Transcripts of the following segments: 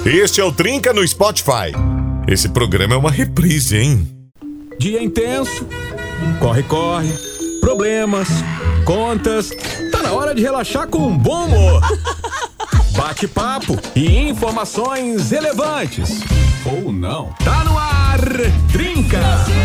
Este é o Trinca no Spotify. Esse programa é uma reprise, hein? Dia intenso, corre, problemas, contas. Tá na hora de relaxar com um bom humor. Bate-papo e informações relevantes. Ou não. Tá no ar, Trinca!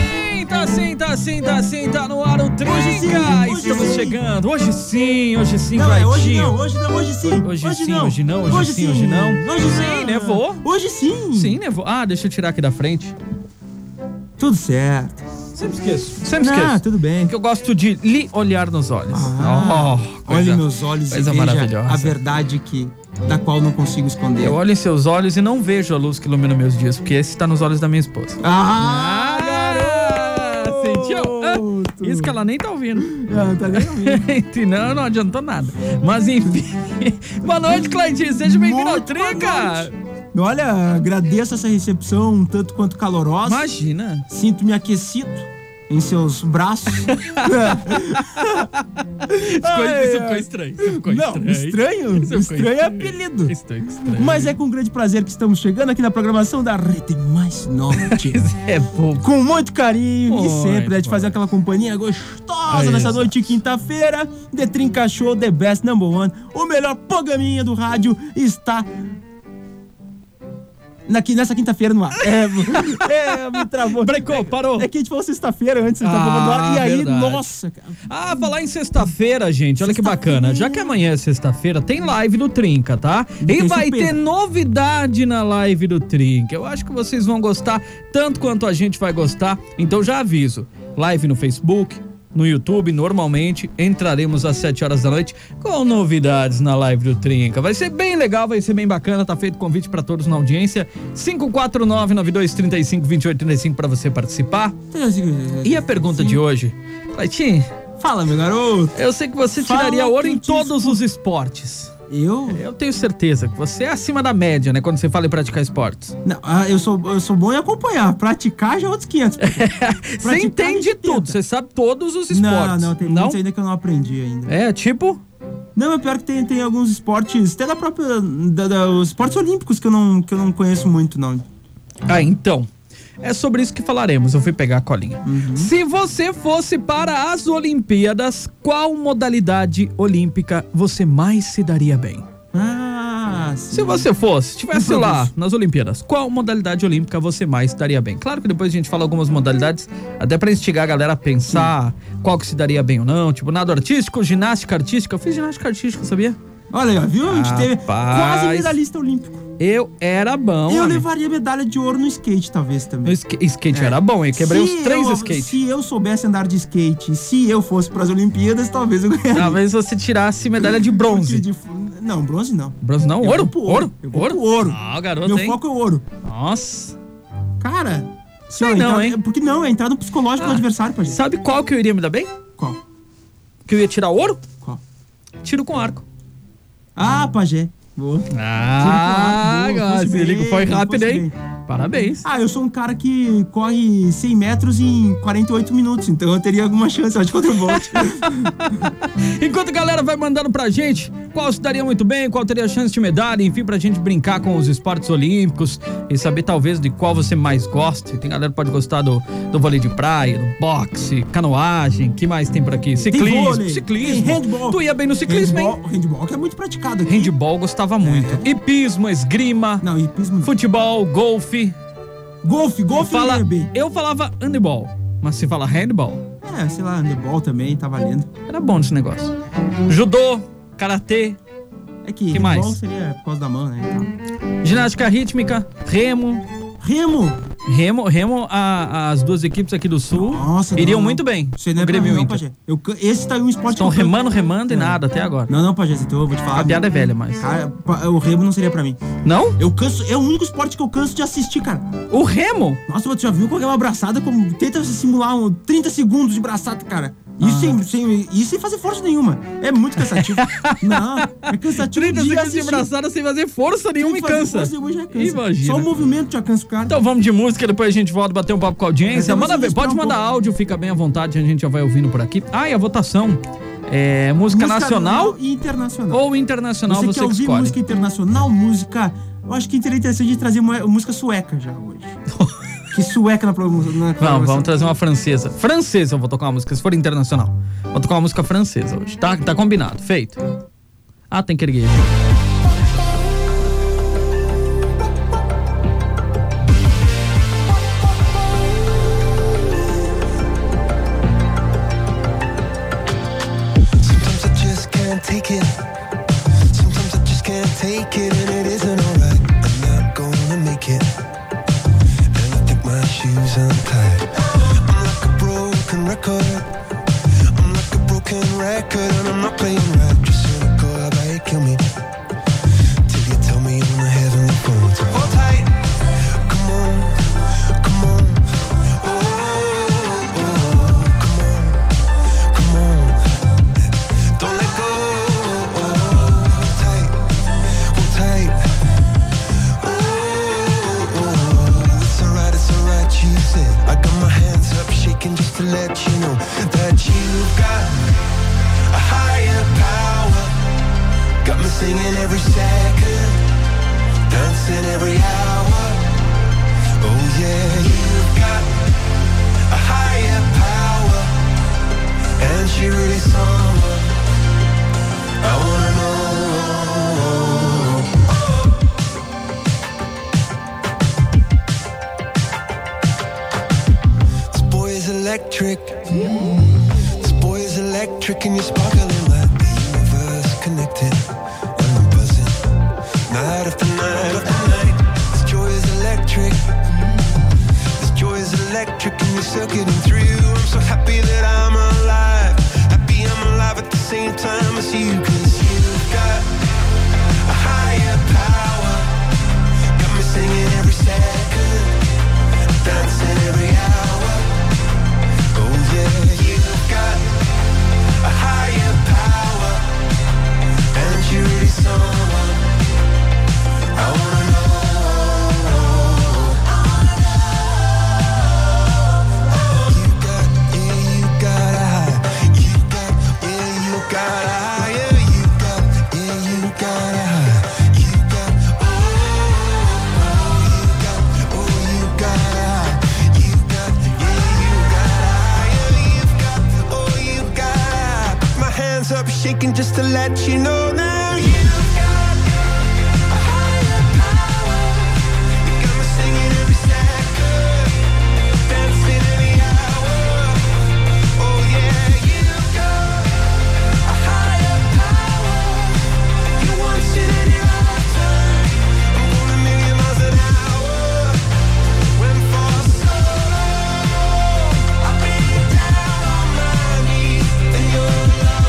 Tá no ar o Trinca! Estamos chegando. Hoje sim, não, Claitinho. Hoje não. Hoje sim, nevou? Hoje sim. Sim, nevou. Ah, deixa eu tirar aqui da frente. Tudo certo. Sempre esqueço. Tudo bem. Porque eu gosto de lhe olhar nos olhos. Olhe meus olhos e veja maravilhosa. a verdade da qual não consigo esconder. Eu olho em seus olhos e não vejo a luz que ilumina meus dias, porque esse tá nos olhos da minha esposa. Garoto! Sentiu? Isso que ela nem tá ouvindo. Não tá nem ouvindo. Não adiantou nada. Mas enfim. Boa noite, Claitinho. Seja bem-vindo ao Trinca. Olha, agradeço essa recepção um tanto quanto calorosa. Imagina. Sinto-me aquecido em seus braços. Isso ficou estranho. Estranho é apelido. Estranho. Mas é com grande prazer que estamos chegando aqui na programação da Rede Mais Norte. É bom. Com muito carinho e sempre de fazer aquela companhia gostosa nessa noite de quinta-feira. The Trinca Show, The Best Number One. O melhor programinha do rádio está nessa quinta-feira no ar. Me travou. Brecou, parou. É que a gente falou sexta-feira antes, no ar. E aí, verdade. Nossa, cara. Falar em sexta-feira, gente, olha que bacana. Já que amanhã é sexta-feira, tem live do Trinca, tá? E vai ter novidade na live do Trinca. Eu acho que vocês vão gostar tanto quanto a gente vai gostar. Então já aviso, live no Facebook, no YouTube, normalmente entraremos às 7 horas da noite com novidades na live do Trinca. Vai ser bem legal, vai ser bem bacana, tá feito convite pra todos na audiência. 549-9235-2835 pra você participar. E a pergunta de hoje, Claitinho? Fala, meu garoto. Eu sei que você tiraria ouro em todos os esportes. Eu tenho certeza que você é acima da média, né? Quando você fala em praticar esportes. Não, eu sou bom em acompanhar. Praticar já é outros 500. Você entende tudo, você sabe todos os esportes. Não, tem muitos ainda que eu não aprendi ainda. Tipo? Não, é pior que tem alguns esportes, até da própria, os esportes olímpicos que eu não conheço muito, não. Então, é sobre isso que falaremos. Eu fui pegar a colinha. Se você fosse para as Olimpíadas, qual modalidade olímpica você mais se daria bem? Sim. Se você estivesse lá nas Olimpíadas, qual modalidade olímpica você mais se daria bem? Claro que depois a gente fala algumas modalidades, até pra instigar a galera a pensar qual que se daria bem ou não. Tipo, nado artístico, ginástica artística. Eu fiz ginástica artística, sabia? Olha aí, viu? A gente teve quase medalhista olímpico. Eu era bom. Eu levaria medalha de ouro no skate, talvez, também. Skate era bom, eu quebrei os 3 skates. Se eu soubesse andar de skate, se eu fosse pras Olimpíadas, talvez eu ganharia. Talvez você tirasse medalha de bronze. Não, bronze não. Bronze não? Ouro? Eu vou pro ouro. Garoto, meu foco é o ouro. Nossa. Cara, sei não, hein? Porque não, é entrar no psicológico do adversário, pajé. Sabe qual que eu iria me dar bem? Qual? Que eu ia tirar ouro? Qual? Tiro com arco. Pajé. Boa. Ele foi rápido, hein? Parabéns. Eu sou um cara que corre 100 metros em 48 minutos, então eu teria alguma chance, acho, contra o Bolt. Enquanto a galera vai mandando pra gente qual se daria muito bem, qual teria chance de medalha, enfim, pra gente brincar com os esportes olímpicos e saber talvez de qual você mais gosta. Tem galera que pode gostar do vôlei de praia, do boxe, canoagem, que mais tem por aqui? Ciclismo. Tem handball. Tu ia bem no ciclismo, hein? Handball que é muito praticado aqui. Handball gostava muito. Hipismo, esgrima. Não, hipismo não. Futebol, golfe. Golfe Eu falava handball, mas se fala handball. Sei lá, handball também, tá valendo. Era bom esse negócio. Judô, karatê. Que mais? Seria por causa da mão, né? Então. Ginástica rítmica, remo. As duas equipes aqui do Sul iriam muito bem. Isso não é Grêmio Inter. Pajé. Esse tá aí um esporte. Estão remando e nada até agora. Não, Pajé, então eu vou te falar. A piada é velha, mas. Cara, o remo não seria pra mim. Não? É o único esporte que eu canso de assistir, cara. O remo? Nossa, mas tu já viu com aquela braçada? Tenta simular 30 segundos de braçada, cara. Isso sem fazer força nenhuma. É muito cansativo. Não, é cansativo. 30 segundos de braçada sem fazer força nenhuma e cansa. Força nenhuma já cansa. Imagina. Só o movimento já cansa o cara. Então vamos de música, depois a gente volta a bater um papo com a audiência. Manda ver, pode mandar áudio, fica bem à vontade, a gente já vai ouvindo por aqui. E a votação música nacional e internacional. Ou internacional, você quer ouvir escolhe. Música internacional, música Eu acho que seria interessante de trazer música sueca já hoje. Que sueca na programação. Vamos trazer uma francesa. Francesa eu vou tocar uma música, se for internacional. Vou tocar uma música francesa hoje. Tá combinado, feito. Ah, tem que erguer. Take it. Sometimes I just can't take it, and it isn't alright. I'm not gonna make it, and I think my shoes untied. I'm like a broken record. I'm like a broken record, and I'm not playing right. Just cynical, how about you kill me till you tell me on the heavenly phone. So hold tight, come on, come on. Oh, come on. Don't let go. I got my hands up shaking just to let you know that you've got a higher power. Got me singing every second, dancing every hour. Oh yeah, you've got a higher power, and she really someone I wanna know. Electric. This boy is electric, and you're sparkling like the universe connected. And I'm buzzing night after night after night. This joy is electric. This joy is electric, and you're circuiting through. I'm so happy that I'm alive. Happy I'm alive at the same time as you, 'cause you've got a higher power. Got me singing every second, dancing every hour. Yeah, you've got a higher power, and you're really someone I wanna know. You got a high. You got a higher. You got a high. You got, oh, you got a high. You got, up shaking just to let you know now you've got a higher power. You got me singing every second, dancing every hour. Oh yeah, you've got a higher power. You want it in your lifetime. I'm going a million miles an hour. Went for so long, I've been down on my knees, and your love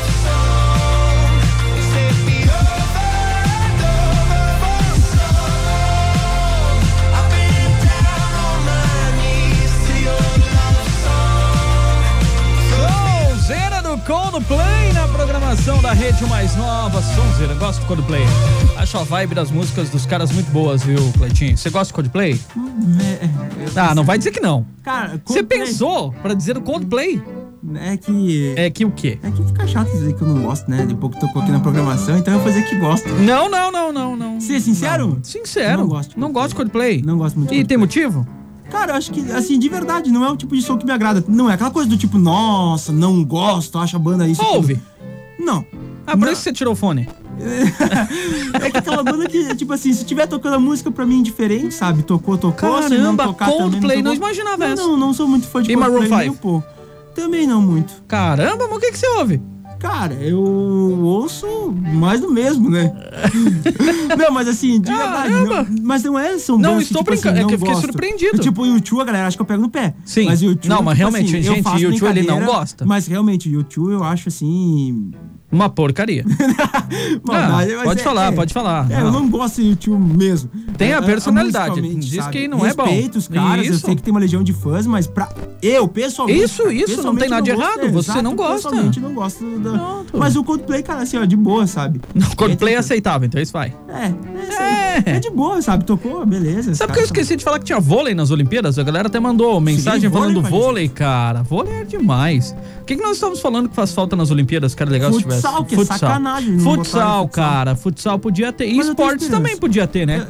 Coldplay na programação da rede mais nova. Sonzeira, gosto do Coldplay. Acho a vibe das músicas dos caras muito boas, viu, Cleitinho? Você gosta do Coldplay? Não vai dizer que não. Cara, você pensou pra dizer o Coldplay? É que o quê? É que fica chato dizer que eu não gosto, né? Depois que tocou aqui na programação, então eu vou fazer que gosto. Não. Você é sincero? Não. Sincero. Não gosto de Coldplay. Não gosto muito de Coldplay. E tem motivo? Cara, eu acho que, assim, de verdade, não é o tipo de som que me agrada. Não é aquela coisa do tipo, nossa, não gosto, acho a banda isso. Ouve? Não. Ah, por isso você tirou o fone. É que aquela banda que, tipo assim, se tiver tocando a música pra mim diferente, sabe? Tocou, caramba, se não tocar Coldplay, também não imaginava essa. Não sou muito fã de Coldplay, nem um pouco. Também não muito. Caramba, mas o que você ouve? Cara, eu ouço mais do mesmo, né? Não, mas assim, de verdade, mas não é são não, bons estou tipo brincando, assim, é que eu fiquei surpreendido. Tipo, o U2, a galera acha que eu pego no pé. Sim, mas o U2, não, mas realmente, assim, gente, o U2 ele não gosta. Mas realmente, o U2 eu acho assim... Uma porcaria. Pode falar. Eu não gosto de U2 mesmo. Tem a personalidade. Diz que não é bom. Respeito os caras, eu sei que tem uma legião de fãs, mas eu, pessoalmente... Isso, não tem nada de errado. Você não gosta. Pessoalmente não gosto Mas o Coldplay, cara, assim, ó, de boa, sabe? O Coldplay é aceitável, então isso vai. É de boa, sabe? Tocou, beleza. Sabe que eu esqueci de falar que tinha vôlei nas Olimpíadas? A galera até mandou mensagem falando vôlei, cara. Vôlei é demais. O que nós estamos falando que faz falta nas Olimpíadas, cara? Legal se tivesse. Futsal, que é sacanagem. Futsal, cara. Futsal podia ter. E esportes também podia ter, né?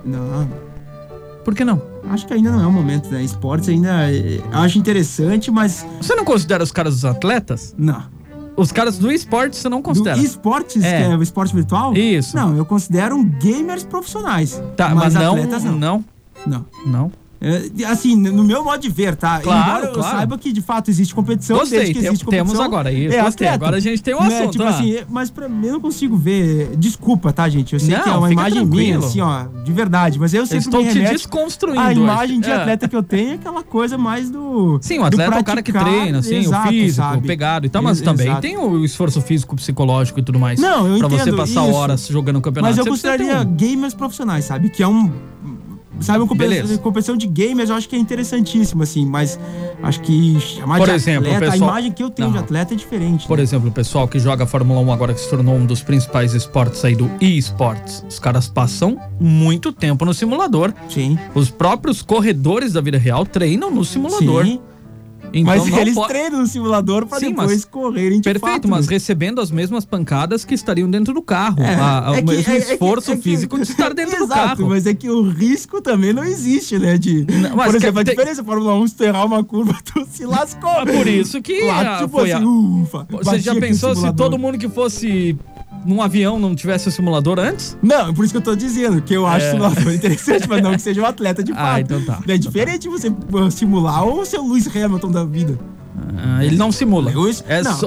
Não. Por que não? Acho que ainda não é o momento, né? Esportes ainda acho interessante, mas... Você não considera os caras dos atletas? Não. Os caras do esporte você não considera? Do esportes, que é o esporte virtual? Isso. Não, eu considero gamers profissionais. Tá, mas atletas não. Não. Assim, no meu modo de ver, tá? Claro, Embora eu saiba que de fato existe competição, Gostei, desde que existe competição. temos agora isso, gostei. Atleta, Agora a gente tem um né? assunto. Tipo assim, mas pra mim eu não consigo ver. Desculpa, tá, gente? Eu sei que é uma imagem minha, assim, ó, de verdade, mas eu sempre estou me te remete desconstruindo. a imagem de hoje. atleta que eu tenho é aquela coisa mais do. Sim, o atleta é o cara que treina, assim, exato, o físico, sabe? o pegado e tal, mas também Exato. tem o esforço físico, psicológico e tudo mais. Não, eu pra entendo você passar isso. horas jogando campeonato. Mas eu Você precisa ter consideraria gamers profissionais, sabe? Que é sabe, uma competição de gamers eu acho que é interessantíssimo, assim, mas acho que chamar Por de exemplo, atleta, o pessoal... a imagem que eu tenho de atleta é diferente. Por né? exemplo, o pessoal que joga Fórmula 1 agora que se tornou um dos principais esportes aí do e-sports, os caras passam muito tempo no simulador. Sim. Os próprios corredores da vida real treinam no simulador. Sim. Então, Mas não eles pode... treinam no simulador pra Sim, depois correrem de Perfeito, fato, mas né? recebendo as mesmas pancadas que estariam dentro do carro. O mesmo esforço físico de estar dentro do Exato, carro. mas é que o risco também não existe, né? Mas por exemplo, a tem- diferença Fórmula 1, se tu errar uma curva, tu se lascou. É por isso que Lá, tipo foi assim, ufa. Você bati já aqui no pensou se simulador. todo mundo que fosse num avião não tivesse o simulador antes? Não, por isso que eu tô dizendo, que eu acho o simulador interessante, mas não que seja um atleta de fato. então tá. É diferente você simular ou ser o Lewis Hamilton da vida. Ele não simula. Lewis? É Não.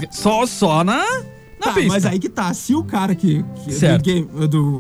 só na Tá, pista. mas aí que tá, se o cara que Certo. do game, do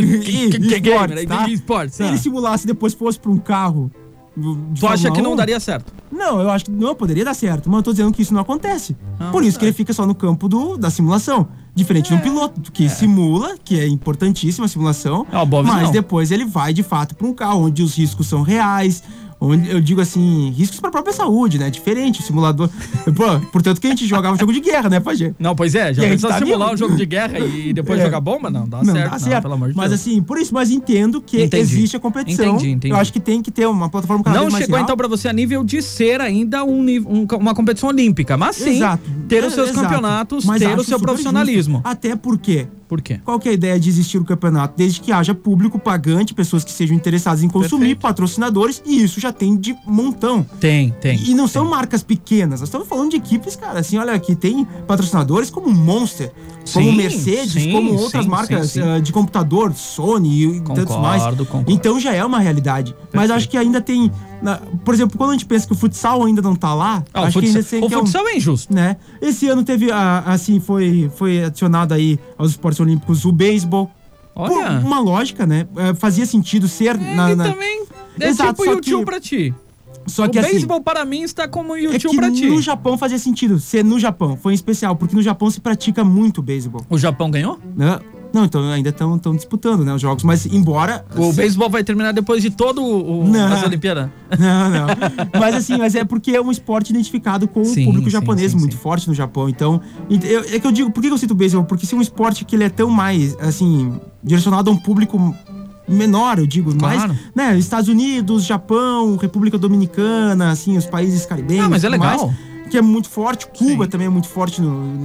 que gamer, esportes, tá? de esportes, Se ele simulasse e depois fosse pra um carro de Tu acha Fórmula que não 1, daria certo? Não, eu acho que não poderia dar certo, mas eu tô dizendo que isso não acontece. Por isso que ele fica só no campo da simulação. Diferente de um piloto que simula, que é importantíssima a simulação, É uma boa visão. mas depois ele vai de fato pra um carro onde os riscos são reais, onde eu digo assim, riscos pra própria saúde, né? Diferente, o simulador. Pô, portanto que a gente jogava jogo de guerra, né, Pajé? Não, pois é, já E aí pensou tá simular vivo? um jogo de guerra e depois jogar bomba? Não, dá Não certo. dá certo. pelo amor de Mas Deus. assim, por isso, mas entendo que Entendi. existe a competição. Entendi. Eu acho que tem que ter uma plataforma cada Não vez mais chegou real. então pra você a nível de ser ainda uma competição olímpica, mas sim Exato. ter os seus Exato. campeonatos, Mas ter acho o seu super profissionalismo. justo. Até porque Por quê? qual que é a ideia de existir o campeonato? Desde que haja público pagante, pessoas que sejam interessadas em consumir, Perfeito. patrocinadores, e isso já tem de montão. Tem. E não são marcas pequenas, nós estamos falando de equipes, cara, assim, olha, aqui tem patrocinadores como Monster, como Sim, Mercedes, sim, como outras sim, marcas sim. de computador, Sony e tantos mais. Concordo. Então já é uma realidade. Mas acho que ainda tem, por exemplo, quando a gente pensa que o futsal ainda não tá lá, acho que ainda tem o que é um- futsal é injusto. né? Esse ano teve, assim, foi adicionado aí aos esportes olímpicos o beisebol. Por Olha, uma lógica, né? Fazia sentido ser ele também é Exato, tipo só YouTube que- pra ti. Só O que assim, beisebol para mim está como é YouTube que pra ti. no Japão fazia sentido ser no Japão. Foi em especial, porque no Japão se pratica muito beisebol, O Japão ganhou? né? Não, então ainda estão disputando, né, os jogos, mas embora... O beisebol vai terminar depois de todo Não. as Olimpíadas. Não. Mas é porque é um esporte identificado com Sim, o público sim, japonês, sim, muito sim. forte no Japão. Então, é que eu digo, por que eu cito o beisebol? Porque se é um esporte que ele é tão mais, assim, direcionado a um público menor, eu digo, Claro. mais, né, Estados Unidos, Japão, República Dominicana, assim, os países caribenhos. Ah, mas é tudo mais, legal. que é muito forte, Cuba Sim. também é muito forte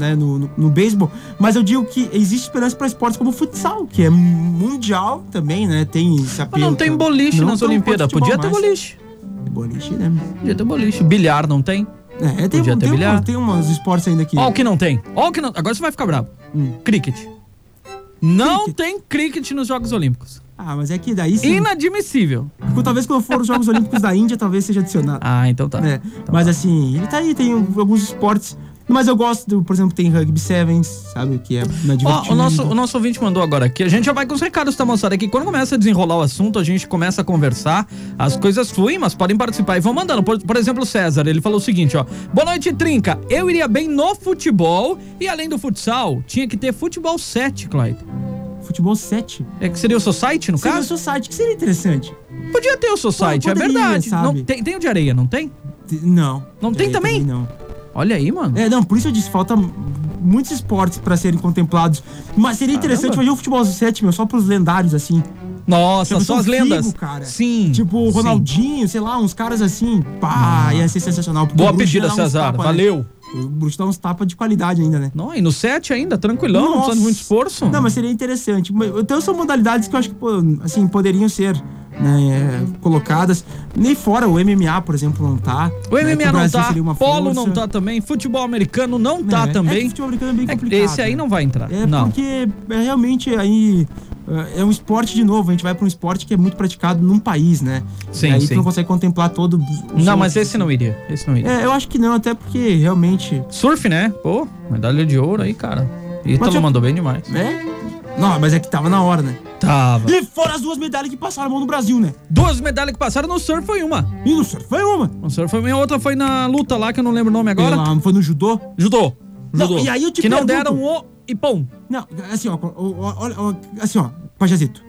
no beisebol, mas eu digo que existe esperança para esportes como o futsal, que é mundial também, né, tem esse Mas apelo. não tem boliche Não nas tão Olimpíadas. futebol Podia ter mais. boliche. Boliche, né? Podia ter boliche. Bilhar não tem? Podia ter bilhar. Tem uns esportes ainda aqui. Ó o que não tem. Ó o que não... Agora você vai ficar bravo. Cricket. Não Cricket. tem cricket nos Jogos Olímpicos. Ah, mas é que daí sim. Inadmissível. Talvez quando for os Jogos Olímpicos da Índia, talvez seja adicionado. Ah, então tá. né? Mas assim, ele tá aí, tem alguns esportes. Mas eu gosto, por exemplo, tem Rugby Sevens, sabe? Que é na Ó, divertido. o nosso ouvinte mandou agora aqui. A gente já vai com os recados, tá, moçada? Aqui quando começa a desenrolar o assunto, a gente começa a conversar, as coisas fluem, mas podem participar e vão mandando. Por exemplo, o César, ele falou o seguinte, ó. Boa noite, Trinca. Eu iria bem no futebol e além do futsal, tinha que ter futebol 7, Clyde. Futebol 7. É que seria o Society, no Seria o caso? Society, que seria interessante. Podia ter o Society, é poderia, verdade. sabe? Não, tem o de areia, não tem? Não. Não tem também? Não. Olha aí, mano. Não, por isso eu disse, falta muitos esportes pra serem contemplados. Mas seria interessante Caramba. fazer um futebol 7, meu, só pros lendários, assim. Nossa, Tipo, só as Figo, lendas. cara. Sim. Tipo o sim. Ronaldinho, sei lá, uns caras assim. Pá, ia ser sensacional. porque Boa o Bruxo pedida, ia dar uns César. tapas, né? Valeu. O Bruxo dá uns tapas de qualidade ainda, né? Não, e no 7 ainda, tranquilão, não precisa de muito esforço. Não, mas seria interessante. Então são modalidades que eu acho que, assim, poderiam ser, né, colocadas. Nem fora o MMA, por exemplo, não tá. O MMA não tá, polo força. não tá também, futebol americano não tá também. Futebol americano é bem complicado. Esse aí não vai entrar. Porque realmente aí é um esporte, de novo, a gente vai pra um esporte que é muito praticado num país, né? Sim, e aí sim. tu não consegue contemplar todo Não, mas esse não iria. eu acho que não, até porque realmente... Surf, né? Pô, medalha de ouro aí, cara. Ítalo mandou bem demais. Não, mas é que tava na hora, né? Tava. E fora as 2 medalhas que passaram a mão no Brasil, né? 2 medalhas que passaram, no surf foi uma. E no surf foi uma. No surf foi uma, a outra foi na luta lá, que eu não lembro o nome agora. Foi no judô? Judô. Não, e aí eu te que pergunto... não deram o e pum. Não, assim, ó, Pajazito,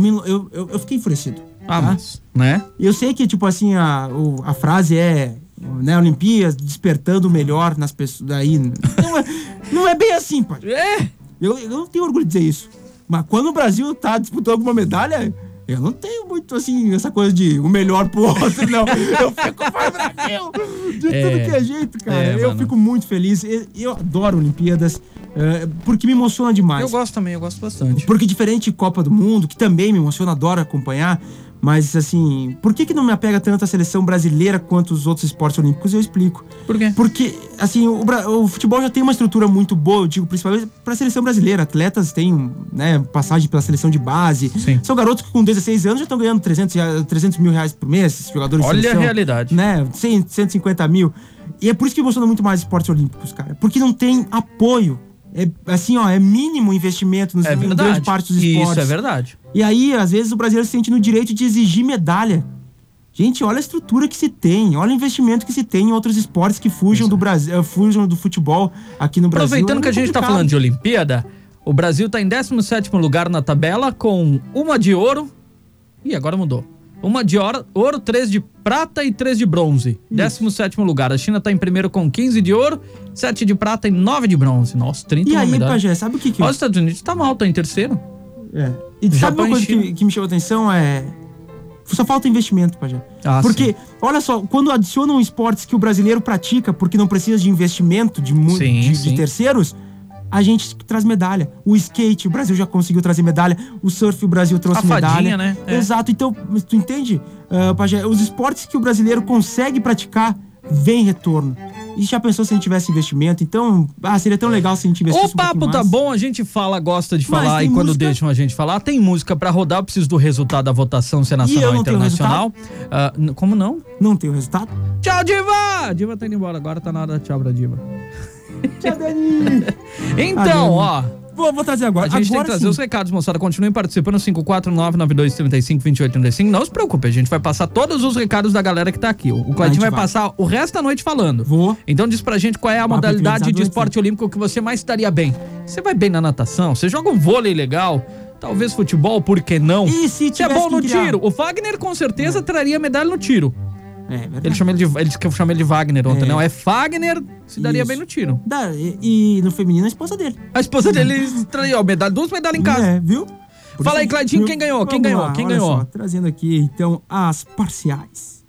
eu fiquei enfurecido. Ah, mas, né? Eu sei que, tipo assim, a frase é, né, Olimpíadas despertando o melhor nas pessoas, daí, não é bem assim, pai. Eu não tenho orgulho de dizer isso, mas quando o Brasil tá disputando alguma medalha, eu não tenho muito, assim, essa coisa de o melhor pro outro, não. Eu fico para o Brasil de tudo que é jeito, cara. Eu fico muito feliz. Eu adoro Olimpíadas, porque me emociona demais. Eu gosto também, eu gosto bastante. Porque diferente de Copa do Mundo, que também me emociona, adoro acompanhar, mas, assim, por que não me apega tanto a seleção brasileira quanto os outros esportes olímpicos? Eu explico. Por quê? Porque, assim, o futebol já tem uma estrutura muito boa, eu digo, principalmente pra seleção brasileira. Atletas têm, né, passagem pela seleção de base. Sim. São garotos que com 16 anos já estão ganhando 300 mil reais por mês, esses jogadores de seleção. Olha a realidade. Né, 150 mil. E é por isso que emociona muito mais os esportes olímpicos, cara. Porque não tem apoio. Assim, é mínimo investimento nos grandes partes dos esportes. Isso é verdade. E aí, às vezes, o brasileiro se sente no direito de exigir medalha. Gente, olha a estrutura que se tem, olha o investimento que se tem em outros esportes que fujam do Brasil, fujam do futebol aqui no Brasil. Aproveitando que a gente tá falando de Olimpíada, o Brasil tá em 17º lugar na tabela com 1 de ouro. Ih, agora mudou. 1 de ouro, 3 de prata e 3 de bronze. 17º lugar. A China tá em primeiro com 15 de ouro, 7 de prata e 9 de bronze. Nossa, 30 E aí, medalhas. Pajé, sabe o que Os Estados Unidos tá mal, tá em terceiro. E sabe uma coisa que me chamou a atenção? Só falta investimento, Pajé. Porque, olha só, quando adicionam esportes que o brasileiro pratica porque não precisa de investimento de terceiros, a gente traz medalha. O skate, o Brasil já conseguiu trazer medalha. O surf, o Brasil trouxe medalha. Fadinha, né? Exato. Então, tu entende, Pajé? Os esportes que o brasileiro consegue praticar, vem retorno. E já pensou se a gente tivesse investimento? Então, seria tão legal se a gente investisse O papo tá bom, a gente gosta de falar, e quando deixam a gente falar, tem música pra rodar, eu preciso do resultado da votação, se é nacional ou internacional. Como não? Não tem o resultado? Tchau, Diva! Diva tá indo embora, agora tá na hora de tchau pra Diva. Tchau, Dani! Então, ó... Vou trazer agora. A gente tem que trazer os recados, moçada. Continuem participando, 549-9235-2835. Não se preocupe, a gente vai passar todos os recados da galera que tá aqui. O Claudinho vai passar o resto da noite falando. Então diz pra gente qual é a modalidade de esporte olímpico que você mais estaria bem. Você vai bem na natação? Você joga um vôlei legal? Talvez futebol, por que não? E se você é bom no tiro? O Wagner com certeza traria medalha no tiro. Ele chamou ele de Wagner ontem, não. É Wagner, se daria bem no tiro. E no feminino, a esposa dele. A esposa dele traiu, 2 medalhas em casa. Viu? Fala aí, Claudinho, quem ganhou? Quem ganhou? Só, trazendo aqui, então, as parciais.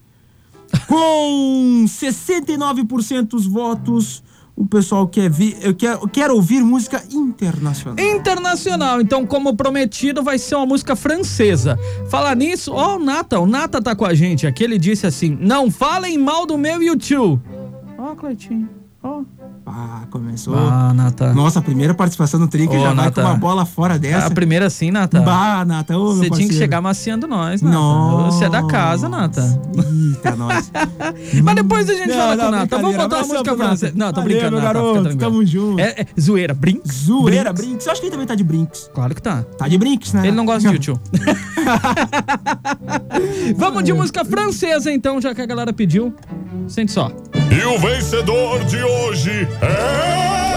Com 69% dos votos, o pessoal quer ouvir música internacional. Internacional, então, como prometido, vai ser uma música francesa. Falar nisso, o Nata tá com a gente aqui, ele disse assim, não falem mal do meu YouTube. Cleitinho, começou. Nata. Nossa, a primeira participação no Trinca já vai com uma bola fora dessa. A primeira sim, Nata. Nata, você tinha que chegar maciando nós, Nata. Você é da casa, Nata. Eita, nós. Mas depois a gente fala com o Nata. Vamos botar uma música francesa. Não, tô brincando, Nata. Garoto, tamo junto. É zoeira, Brinks? Zoeira, Brinks. Eu acho que ele também tá de Brinks. Claro que tá. Tá de Brinks, né? Ele não gosta de YouTube. Vamos de música francesa, então, já que a galera pediu. Sente só. E o vencedor de hoje é...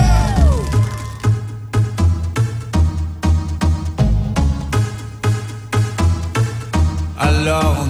Alors,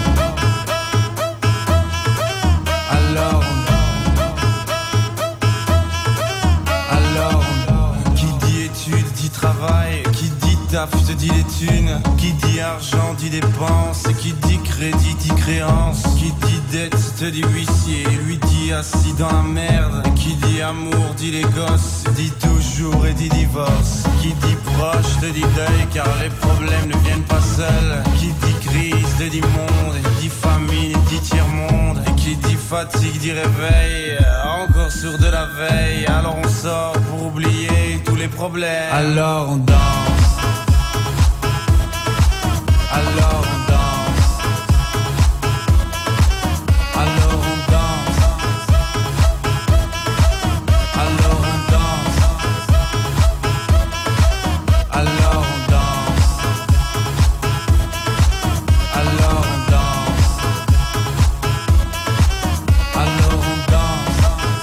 qui dit études dit travail, qui dit taf te dit les thunes, qui dit argent dit dépenses, qui dit crédit dit créance. Qui dit dette te dit huissier, lui dit assis dans la merde. Qui dit amour dit les gosses, dit toujours et dit divorce. Qui dit proche te dit deuil car les problèmes ne viennent pas seuls. Qui dit crise te dit monde, dit famine dit tiers-monde. Et qui dit fatigue dit réveil, encore sur de la veille. Alors on sort pour oublier tous les problèmes. Alors on danse. Alors on danse. Alors on danse. Alors on danse. Alors on danse. Alors on danse. Alors on danse.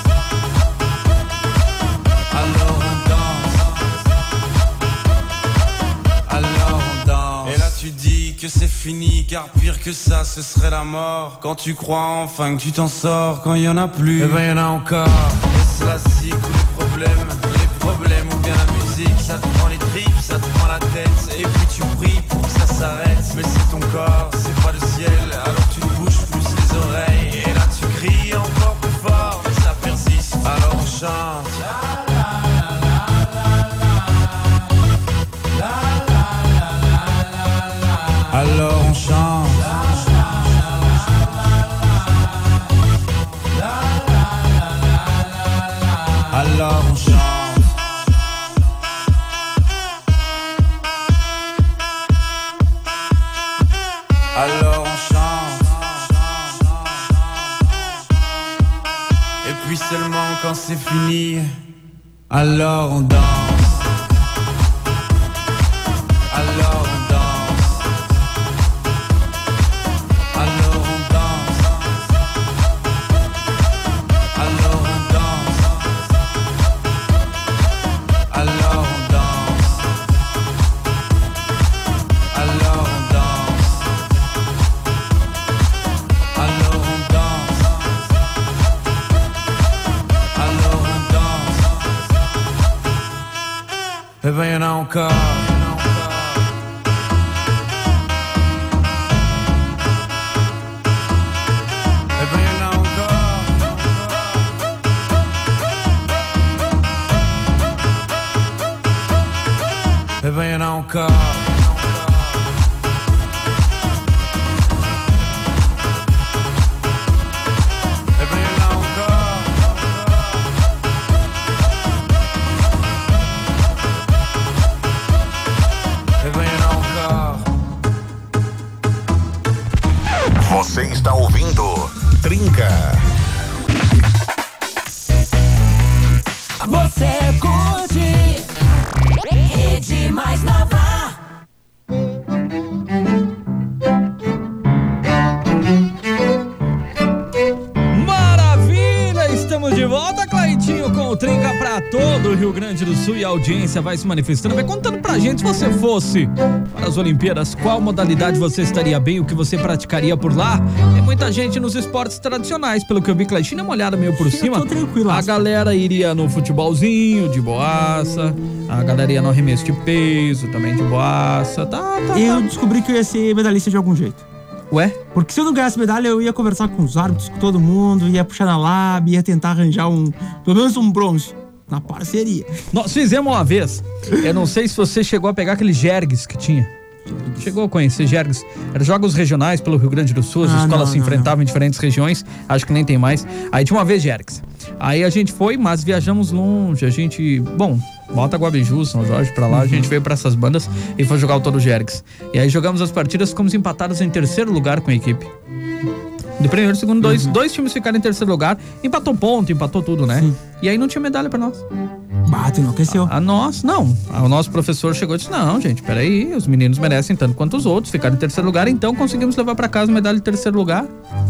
Alors on danse. Alors on danse. Et là tu dis que c'est fini, car pire que ça ce serait la mort. Quand tu crois enfin que tu t'en sors, quand il y en a plus, eh ben y en a encore. Et c'est la cycle ou les problèmes ou bien la musique. Ça te prend les tripes, ça te prend la tête. Et puis tu pries pour que ça s'arrête. Mais c'est ton corps, c'est pas le ciel. Alors tu te bouges plus les oreilles. Et là tu cries encore plus fort, mais ça persiste. Alors on chante. Alors on chante. Alors on chante. Alors on chante. Et puis seulement quand c'est fini, alors on danse. Alors on danse. Alors on danse. Alors on danse. Alors on danse. Alors on danse. Alors on danse. Alors on danse. Eh ben y'en a encore. Eh ben y'en a encore. Eh ben y'en a encore. Eh ben y'en a encore. Você está ouvindo Trinca. Você curte Rede Mais Nova. Maravilha! Estamos de volta, Claitinho, com o Trinca pra todo o Rio Grande do Sul, e a audiência vai se manifestando, vai contando pra gente, se você fosse para as Olimpíadas, qual modalidade você estaria bem, o que você praticaria por lá. Tem muita gente nos esportes tradicionais, pelo que eu vi, Claitinho, dá uma olhada meio por cima. Eu tô tranquilo. A galera iria no futebolzinho, de boaça, a galera ia no arremesso de peso, também de boaça, Eu descobri que eu ia ser medalhista de algum jeito. Ué? Porque se eu não ganhasse medalha, eu ia conversar com os árbitros, com todo mundo, ia puxar na lab, ia tentar arranjar pelo menos um bronze na parceria. Nós fizemos uma vez, eu não sei se você chegou a pegar aqueles jergues que tinha. Chegou a conhecer jergues? Eram jogos regionais pelo Rio Grande do Sul, as escolas se enfrentavam em diferentes regiões, acho que nem tem mais. Aí tinha uma vez jergues. Aí a gente foi, mas viajamos longe, Bota Guabiju, São Jorge pra lá, a gente veio pra essas bandas e foi jogar o Todo Jergues. E aí jogamos as partidas, ficamos empatados em terceiro lugar com a equipe. Do primeiro e segundo, dois times ficaram em terceiro lugar, empatou ponto, empatou tudo, né? Sim. E aí não tinha medalha pra nós. Bate, enlouqueceu. O nosso professor chegou e disse, não, gente, peraí, os meninos merecem tanto quanto os outros, ficaram em terceiro lugar, então conseguimos levar pra casa medalha de terceiro lugar.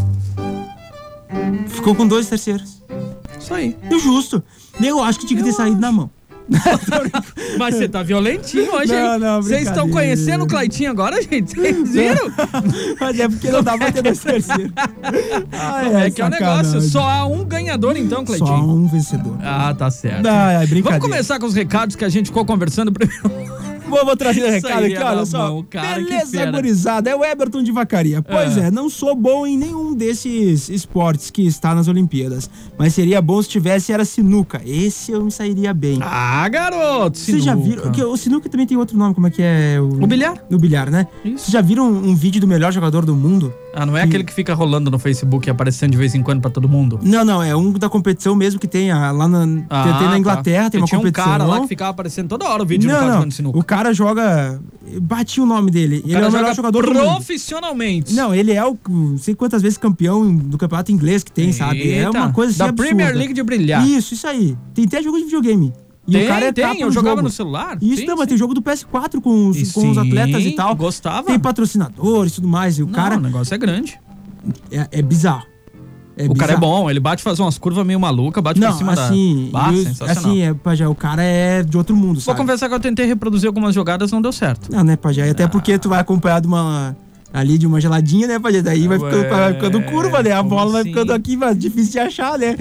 Ficou com 2 terceiros. Isso aí. E justo. Eu acho que tinha que ter saído na mão. Mas você tá violentinho hoje, hein? Não, Vocês estão conhecendo o Claitinho agora, gente? Vocês viram? Mas é porque não dá pra ter 2 terceiros. Que é o negócio. Só há um ganhador, então, Claitinho. Só um vencedor. Ah, tá certo. É brincadeira. Vamos começar com os recados que a gente ficou conversando primeiro. Vou trazer o recado aqui, Sairia olha na só. mão, cara, que Beleza, fera. gurizada, é o Everton de Vacaria. Pois é, não sou bom em nenhum desses esportes que está nas Olimpíadas. Mas seria bom se tivesse, era sinuca. Esse eu me sairia bem. Ah, garoto, Vocês já viram? Que o sinuca também tem outro nome, como é que é? O bilhar? O bilhar, né? Isso. Vocês já viram um vídeo do melhor jogador do mundo? Ah, não é aquele que fica rolando no Facebook e aparecendo de vez em quando pra todo mundo? Não, é um da competição mesmo que tem lá tem na Inglaterra, tem uma tinha competição. um cara lá que ficava aparecendo toda hora o vídeo no Não, de sinuca. o cara joga... Bati o nome dele. Ele é o melhor jogador do mundo. profissionalmente. Não, ele é o não sei quantas vezes campeão do campeonato inglês que tem, sabe? É Eita, uma coisa assim da absurda. Premier League de brilhar. Isso aí. Tem até jogo de videogame. E Tem, o cara é tem, tapa eu no jogava jogo. no celular. Isso, Sim, não, mas sim. tem jogo do PS4 com os atletas e tal. Gostava. Tem patrocinadores e tudo mais. E o Não, cara o negócio é grande. é bizarro. O cara é bom, ele bate fazer umas curvas meio malucas, bate Não, por cima assim, da... sensacional. Pajé, o cara é de outro mundo, Vou sabe? confessar que eu tentei reproduzir algumas jogadas, não deu certo. Não, né, Pajé? Até porque tu vai acompanhar de uma geladinha, né, Pajé? Daí vai ficando curva, né? A bola vai assim? ficando aqui, mas difícil de achar, né?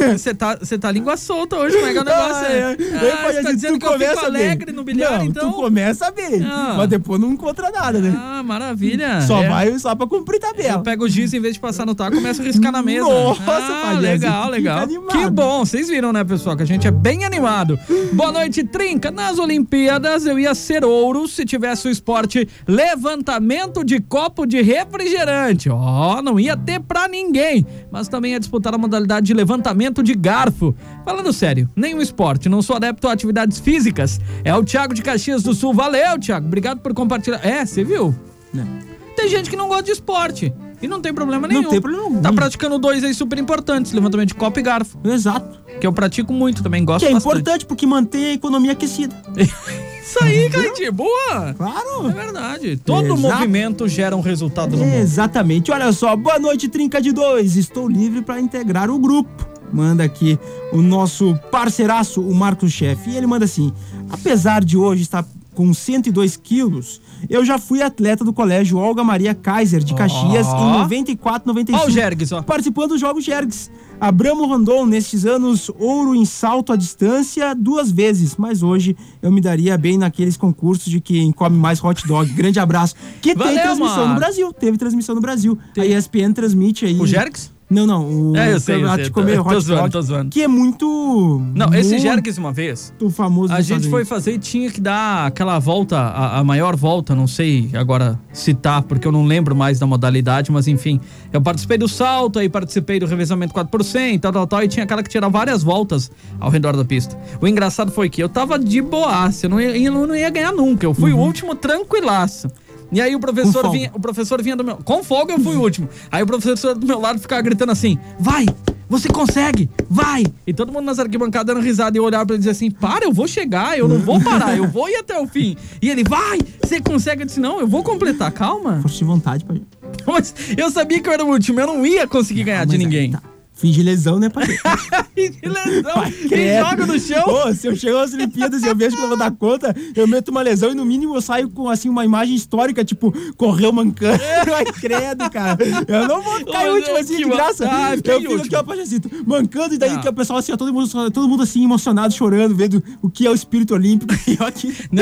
Você tá língua solta hoje, como é que é o negócio? Você tá dizendo que eu fico alegre no bilhar, não, então? tu começa bem, Ah. mas depois não encontra nada, né? Ah, maravilha. Só É. vai só pra cumprir tabela. Eu pego o giz em vez de passar no taco, começo a riscar na mesa. Nossa, Pajé, legal, você legal. fica animado. Que bom, vocês viram, né, pessoal, que a gente é bem animado. Boa noite, Trinca. Nas Olimpíadas eu ia ser ouro se tivesse o esporte levantamento de copo de refrigerante. Não ia ter pra ninguém, mas também ia disputar a modalidade de levantamento de garfo. Falando sério, nenhum esporte, não sou adepto a atividades físicas. É o Thiago de Caxias do Sul. Valeu, Thiago, obrigado por compartilhar. Você viu? Não. Tem gente que não gosta de esporte e não tem problema nenhum. Não tem problema algum. Tá praticando dois aí super importantes, levantamento de copo e garfo, Exato. que eu pratico muito, também gosto Que é bastante. importante porque mantém a economia aquecida. Isso aí, Cleitinho, boa! Claro. É verdade. Todo Exato. movimento gera um resultado no mundo. Exatamente. Olha só, boa noite, Trinca de 2. Estou livre para integrar o grupo. Manda aqui o nosso parceiraço, o Marcos Chefe. E ele manda assim: apesar de hoje estar com 102 quilos, eu já fui atleta do colégio Olga Maria Kaiser de Caxias em 94, 95. Ó o Jergues, ó. Participando dos Jogos Jergues. Abramo Rondon, nestes anos, ouro em salto à distância 2 vezes. Mas hoje eu me daria bem naqueles concursos de quem come mais hot dog. Grande abraço. Que Valeu, tem transmissão Marcos. no Brasil. Teve transmissão no Brasil. A ESPN transmite aí. O Jergues? Não. O Eu sei. campeonato de comer hot dog. Tô zoando. Que é muito... Não, esse muito Jergues uma vez, famoso. a nos gente Estados foi Unidos. fazer e tinha que dar aquela volta, a maior volta, não sei agora citar, porque eu não lembro mais da modalidade, mas enfim, eu participei do salto, aí participei do revezamento 4%, tal, e tinha aquela que tirar várias voltas ao redor da pista. O engraçado foi que eu tava de boaça, eu não ia ganhar nunca, eu fui o último tranquilaço. E aí o professor vinha do meu... Com folga eu fui o último. Aí o professor do meu lado ficava gritando assim: vai, você consegue, vai! E todo mundo nas arquibancadas dando risada e eu olhava pra ele e dizia assim: para, eu vou chegar, eu não vou parar, eu vou ir até o fim. E ele: vai, você consegue? Eu disse: não, eu vou completar, calma. Força de vontade, pai. Mas eu sabia que eu era o último, eu não ia conseguir ganhar de ninguém. Tá. Finge lesão, né, pai? Que lesão, Pai, me credo. joga no chão. Ô, se eu chegar às Olimpíadas e eu vejo que eu não vou dar conta, eu meto uma lesão e no mínimo eu saio com assim uma imagem histórica, tipo, correu mancando. Ai, credo, cara. Eu não vou ficar em Ô, último assim, que de graça. eu fiquei Eu fico aqui, último. ó, Pajazito, mancando, e daí Não. que o pessoal assim, ó, todo mundo assim, emocionado, chorando, vendo o que é o espírito olímpico. E eu aqui... Não,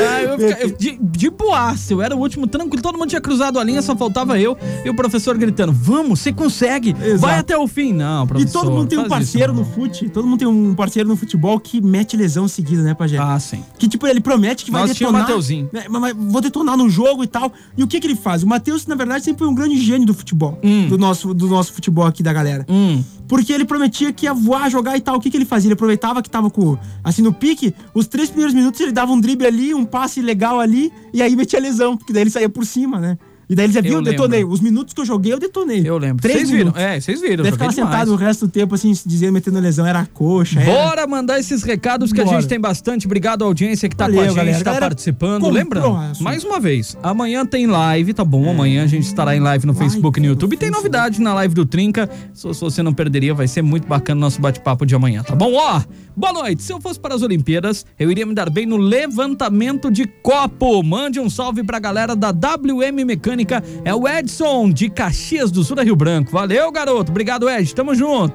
de boaça, eu era o último tranquilo, todo mundo tinha cruzado a linha, só faltava eu e o professor gritando: vamos, você consegue, Exato. vai até o fim. Não, E professor, todo mundo tem um faz isso parceiro não. no fute, todo mundo tem um parceiro no futebol que mete lesão seguida, né, Pajé? Ah, sim. Que tipo, ele promete que vai Nós tinha o detonar. Mateuzinho. Mas vou detonar no jogo e tal. E o que ele faz? O Matheus, na verdade, sempre foi um grande gênio do futebol. Do nosso futebol aqui da galera. Porque ele prometia que ia voar, jogar e tal. O que ele fazia? Ele aproveitava que tava assim, no pique, os 3 primeiros minutos ele dava um drible ali, um passe legal ali, e aí metia lesão, porque daí ele saía por cima, né? E daí ele dizia: viu, eu detonei. Os minutos que eu joguei, eu detonei. Eu lembro. 3 Vocês viram? minutos. Vocês viram. Daí joguei ficava demais. sentado o resto do tempo, assim, dizendo, metendo lesão, era a coxa. Bora mandar esses recados que a Bora. gente tem bastante. Obrigado à audiência que tá Valeu, com a gente, galera. tá Galera, participando. comprou Lembrando, assunto. mais uma vez, amanhã tem live, tá bom? Amanhã a gente estará em live no Facebook e no YouTube. E tem novidade na live do Trinca. Se você não perderia, vai ser muito bacana o nosso bate-papo de amanhã, tá bom? Ó, boa noite. Se eu fosse para as Olimpíadas, eu iria me dar bem no levantamento de copo. Mande um salve pra galera da WM Mecânica. É o Edson de Caxias do Sul, da Rio Branco. Valeu, garoto. Obrigado, Ed. Tamo junto.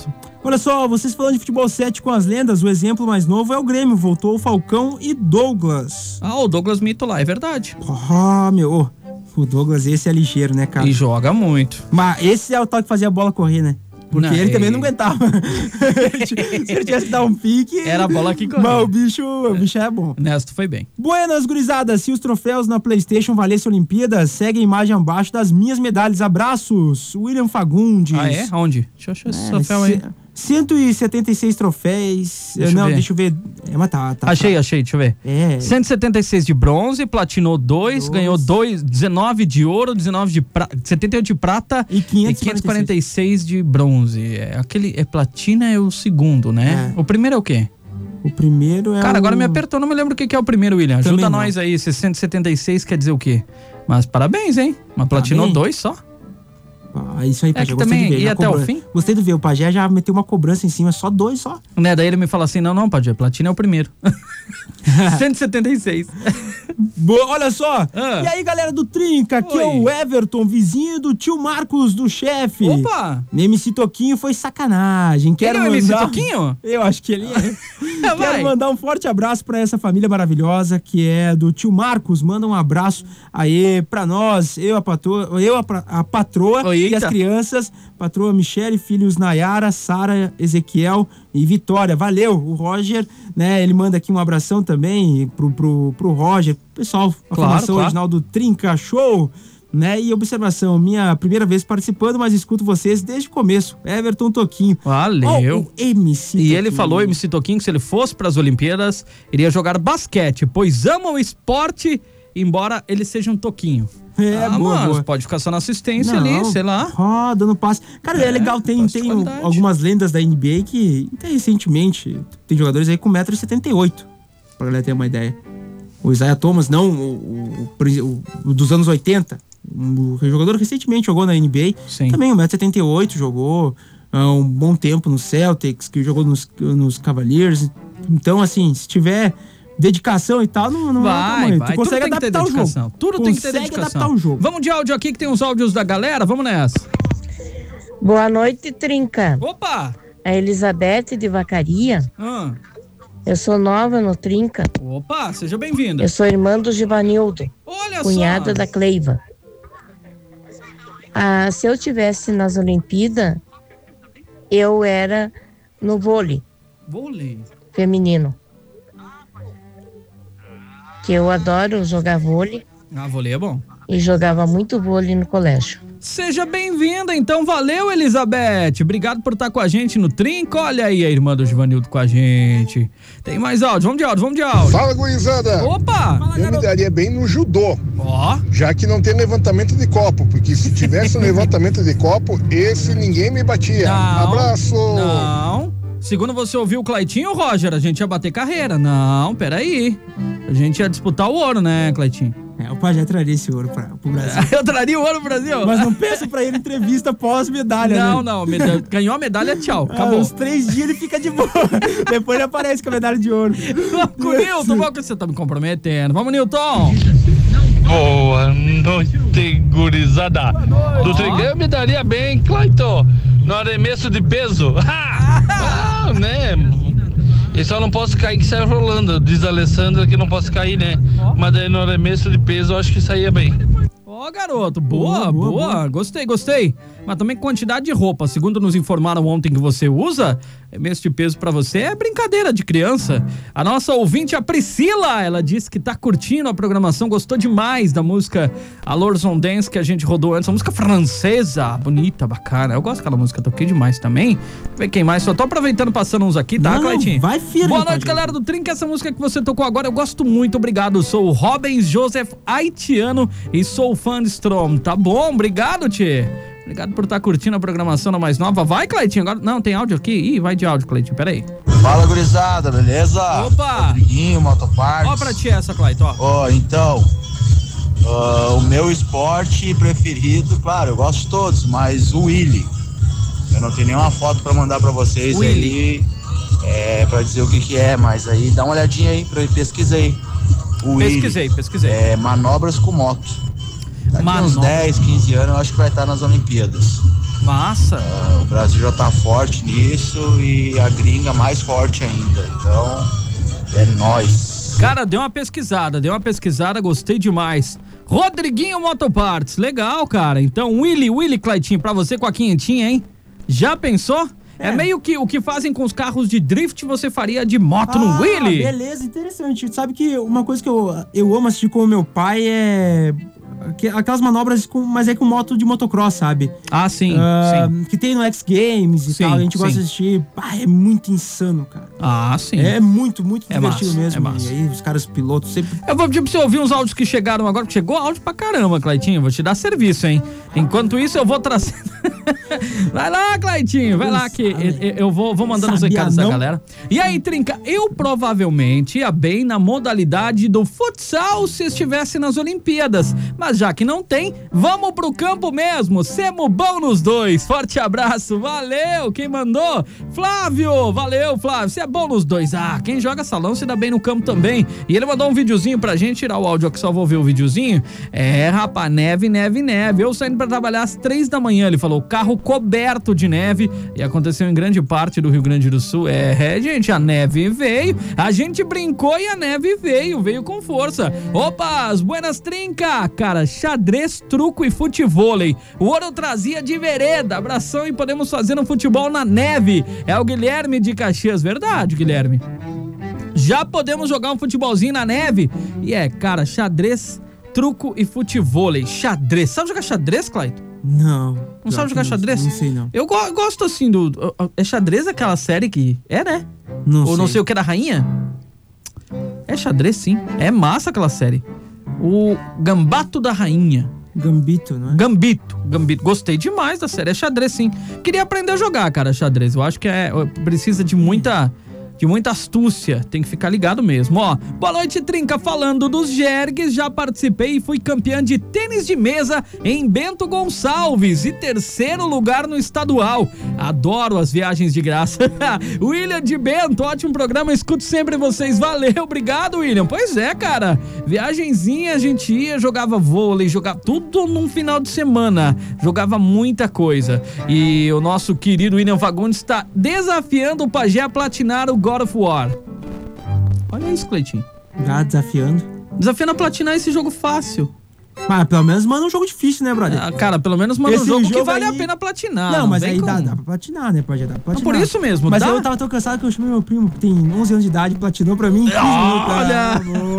Olha só, vocês falando de futebol 7 com as lendas, o exemplo mais novo é o Grêmio. Voltou o Falcão e Douglas. Ah, o Douglas Mito lá, é verdade. Meu, o Douglas, esse é ligeiro, né, cara? E joga muito. Mas esse é o tal que fazia a bola correr, né? Porque Não, ele também não aguentava. Se ele tivesse que dar um pique... Era a bola que corria. Mas o bicho é bom. Nesta foi bem. Buenas, gurizadas. Se os troféus na PlayStation valessem Olimpíadas, segue a imagem abaixo das minhas medalhas. Abraços. William Fagundes. Ah, é? Aonde? Deixa eu achar esse troféu aí. 176 troféus. Deixa eu ver. Mas tá. Achei, deixa eu ver. 176 de bronze, platinou 2, ganhou 19 de ouro, 78 de prata e 546 de bronze. É platina é o segundo, né? O primeiro é o quê? O primeiro é Cara, agora me apertou, não me lembro o que é o primeiro, William. Ajuda nós aí, 176 quer dizer o quê? Mas parabéns, hein? Mas platinou 2 só. Isso aí, Pajé, que também ia até o fim. Gostei de ver, o Pajé já meteu uma cobrança em cima, só 2 só. Né, daí ele me fala assim, não, Pajé, platina é o primeiro. 176. Boa, olha só. E aí, galera do Trinca, aqui é o Everton, vizinho do tio Marcos, do chefe. Opa! MC Toquinho foi sacanagem. Quero ele é o mandar... MC Toquinho? Eu acho que ele é. Quero mandar um forte abraço pra essa família maravilhosa, que é do tio Marcos. Manda um abraço aí pra nós, a patroa e as crianças, patroa Michele, filhos Nayara, Sara, Ezequiel e Vitória. Valeu, o Roger, né, ele manda aqui um abração também pro Roger, pessoal, a formação original do Trinca Show, né, e observação, minha primeira vez participando, mas escuto vocês desde o começo, Everton Toquinho. Valeu. O MC Toquinho. E ele falou, MC Toquinho, que se ele fosse pras Olimpíadas, iria jogar basquete, pois ama o esporte, embora ele seja um toquinho. Boa. Pode ficar só na assistência ali, sei lá. Dando passe. Cara, é legal, tem algumas lendas da NBA que, até recentemente, tem jogadores aí com 1,78m, pra galera ter uma ideia. O Isaiah Thomas, não, o dos anos 80, o jogador recentemente jogou na NBA, também 1,78m, jogou um bom tempo no Celtics, que jogou nos Cavaliers. Então, assim, se tiver dedicação e tal, não vai. Tu consegue adaptar o jogo. Tudo tem que ter dedicação. Adaptar o jogo. Vamos de áudio aqui, que tem os áudios da galera. Vamos nessa. Boa noite, Trinca. Opa! A Elizabeth de Vacaria. Eu sou nova no Trinca. Opa, seja bem-vinda. Eu sou irmã do Givanildo. Olha cunhada só. Da Cleiva. Se eu tivesse nas Olimpíadas, eu era no vôlei. Vôlei? Feminino. Que eu adoro jogar vôlei. Vôlei é bom. E jogava muito vôlei no colégio. Seja bem-vinda, então. Valeu, Elizabeth. Obrigado por estar com a gente no Trinca. Olha aí a irmã do Givanildo com a gente. Tem mais áudio. Vamos de áudio. Fala, gurizada. Opa! Eu me daria bem no judô. Ó. Já que não tem levantamento de copo. Porque se tivesse um levantamento de copo, esse ninguém me batia. Abraço. Não. Segundo você ouviu o Cleitinho, Roger, a gente ia bater carreira. Não, peraí. A gente ia disputar o ouro, né, Cleitinho? O Pajé traria esse ouro pro Brasil. Eu traria o ouro pro Brasil? Mas não peça pra ele entrevista pós-medalha, Não, ganhou a medalha, tchau, acabou. Uns 3 dias ele fica de boa. Depois ele aparece com a medalha de ouro. Com o Nilton, você tá me comprometendo. Vamos, Nilton. Boa noite, gurizada. Do Trinca eu me daria bem, Cleiton, no arremesso de peso. Né? E só não posso cair que sai rolando. Diz a Alessandra que não posso cair, né? Mas daí no arremesso de peso eu acho que saía bem. Ó, garoto, boa. Gostei. Mas também quantidade de roupa. Segundo nos informaram ontem que você usa, arremesso de peso pra você é brincadeira de criança. A nossa ouvinte, a Priscila, ela disse que tá curtindo a programação, gostou demais da música Alors on Dance que a gente rodou antes. Uma música francesa, bonita, bacana. Eu gosto daquela música, toquei demais também. Vê quem mais, só tô aproveitando, passando uns aqui, tá, Cleitinho? Vai firme. Boa noite, galera do Trinca. Essa música que você tocou agora, eu gosto muito, obrigado. Sou o Robens Joseph Haitiano e sou fã de Strom. Tá bom, obrigado, tchê. Obrigado por estar curtindo a programação da mais nova. Vai, Cleitinho, agora... Não, tem áudio aqui? Ih, vai de áudio, Cleitinho, peraí. Fala, gurizada, beleza? Opa! Rodriguinho, Motoparts. Ó pra ti essa, Cleiton, ó. Então, o meu esporte preferido, claro, eu gosto de todos, mas o Willy. Eu não tenho nenhuma foto pra mandar pra vocês aí, pra dizer o que é, mas aí dá uma olhadinha aí, pesquisa aí. O pesquisei. Manobras com moto. Daqui uns 10, 15 anos eu acho que vai estar nas Olimpíadas. Massa. O Brasil já tá forte nisso e a gringa mais forte ainda. Então, é nóis. Cara, deu uma pesquisada, gostei demais. Rodriguinho Motoparts, legal, cara. Então, Willy Claitinho, pra você com a quinhentinha, hein? Já pensou? É meio que o que fazem com os carros de drift, você faria de moto no Willy. Beleza, interessante. Sabe que uma coisa que eu amo assistir com o meu pai é aquelas manobras, mas é com moto de motocross, sabe? Ah, sim, sim. Que tem no X Games e tal, a gente gosta de assistir. É muito insano, cara. Ah, sim. É muito divertido mesmo. É massa. E aí os caras pilotos sempre... Eu vou pedir pra você ouvir uns áudios que chegaram agora, porque chegou áudio pra caramba, Claitinho. Vou te dar serviço, hein? Enquanto isso, eu vou trazer... Vai lá, Claitinho, vai lá que eu vou mandando os recados da galera. E aí, Trinca, eu provavelmente ia bem na modalidade do futsal se estivesse nas Olimpíadas. Mas já que não tem, vamos pro campo mesmo. Semo bom nos dois. Forte abraço, valeu. Quem mandou? Flávio, valeu, Flávio. Você é bom nos dois. Ah, quem joga salão se dá bem no campo também. E ele mandou um videozinho pra gente, tirar o áudio aqui, só vou ver o videozinho. Rapaz, neve. Eu saindo pra trabalhar às 3 da manhã, ele falou, carro coberto de neve, e aconteceu em grande parte do Rio Grande do Sul. Gente, a neve veio, a gente brincou e a neve veio com força. Opa, as buenas, Trinca. Cara, xadrez, truco e futevôlei. O ouro trazia de vereda. Abração e podemos fazer um futebol na neve. É o Guilherme de Caxias. Verdade, Guilherme. Já podemos jogar um futebolzinho na neve. E cara, xadrez, truco e futevôlei. Xadrez. Sabe jogar xadrez, Claito? Não. Não sabe jogar xadrez? Não sei, não. Eu gosto assim do... É xadrez aquela série que... né? Não Ou não sei o que da rainha? É xadrez, sim. É massa aquela série. O Gambato da Rainha. Gambito, não é? Gambito. Gostei demais da série. É xadrez, sim. Queria aprender a jogar, cara, xadrez. Eu acho que precisa de muita astúcia, tem que ficar ligado mesmo, ó. Boa noite, Trinca, falando dos Jergues, já participei e fui campeã de tênis de mesa em Bento Gonçalves e 3º lugar no estadual. Adoro as viagens de graça. William de Bento, ótimo programa, escuto sempre vocês, valeu, obrigado, William. Pois é, cara, viagenzinha, a gente ia, jogava vôlei, jogava tudo num final de semana, jogava muita coisa. E o nosso querido William Fagundes está desafiando o Pajé a platinar o God of War. Olha isso, Cleitinho. Já desafiando a platinar esse jogo fácil. Mas pelo menos manda um jogo difícil, né, brother? Cara, pelo menos manda um jogo que vale a pena platinar. Não, mas aí dá pra platinar, né? Pode dar pra platinar. Por isso mesmo, mas eu tava tão cansado que eu chamei meu primo, que tem 11 anos de idade, platinou pra mim. Olha!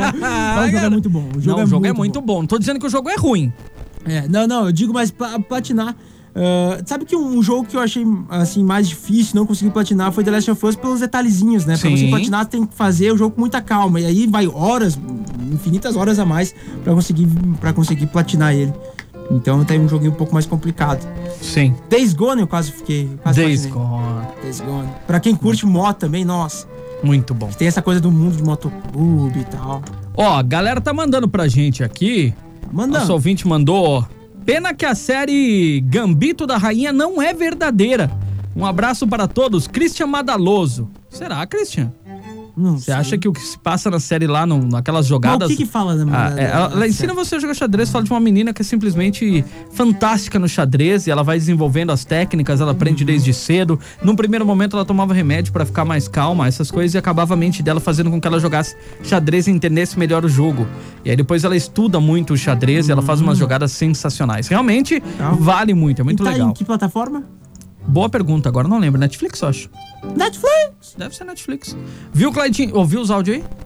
O jogo é muito bom. O jogo é muito bom. Não tô dizendo que o jogo é ruim. Não, eu digo, mas platinar... sabe que um jogo que eu achei assim mais difícil, não consegui platinar, foi The Last of Us pelos detalhezinhos, né? Sim. Pra você platinar, tem que fazer o jogo com muita calma. E aí vai infinitas horas a mais pra conseguir platinar ele. Então tem um joguinho um pouco mais complicado. Sim. Days Gone eu quase fiquei. Days Gone. Pra quem curte moto também, nossa. Muito bom. Tem essa coisa do mundo de motoclube e tal. Ó, a galera tá mandando pra gente aqui. Nosso ouvinte mandou, pena que a série Gambito da Rainha não é verdadeira. Um abraço para todos. Christian Madaloso. Será, Christian? Você acha que o que se passa na série lá, naquelas jogadas... Mas o que fala ela ensina você a jogar xadrez, fala de uma menina que é simplesmente fantástica no xadrez, e ela vai desenvolvendo as técnicas, ela aprende desde cedo. Num primeiro momento ela tomava remédio pra ficar mais calma, essas coisas, e acabava a mente dela fazendo com que ela jogasse xadrez e entendesse melhor o jogo. E aí depois ela estuda muito o xadrez e ela faz umas jogadas sensacionais. Realmente vale muito, é muito legal. Em que plataforma? Boa pergunta, agora não lembro. Netflix, eu acho. Netflix? Deve ser Netflix. Viu, Claitinho? Ouviu os áudios aí?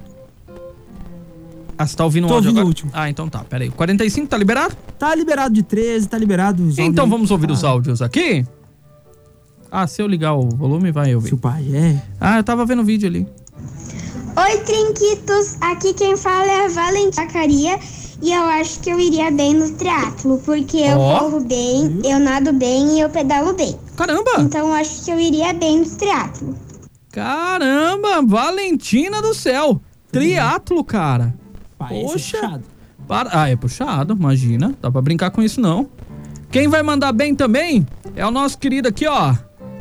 Você tá ouvindo o áudio agora? O último. Então tá, peraí. 45 tá liberado? Tá liberado de 13, tá liberado os áudios. Então vamos ouvir os áudios aqui? Se eu ligar o volume, vai ouvir. Se o pai é... eu tava vendo o vídeo ali. Oi, Trinquitos. Aqui quem fala é a Valentina Zacaria. E eu acho que eu iria bem no triatlo, porque eu corro bem, eu nado bem e eu pedalo bem. Caramba! Então eu acho que eu iria bem no triatlo. Caramba, Valentina do céu! Triatlo, cara! Poxa! É puxado. É puxado, imagina. Dá pra brincar com isso, não. Quem vai mandar bem também é o nosso querido aqui, ó.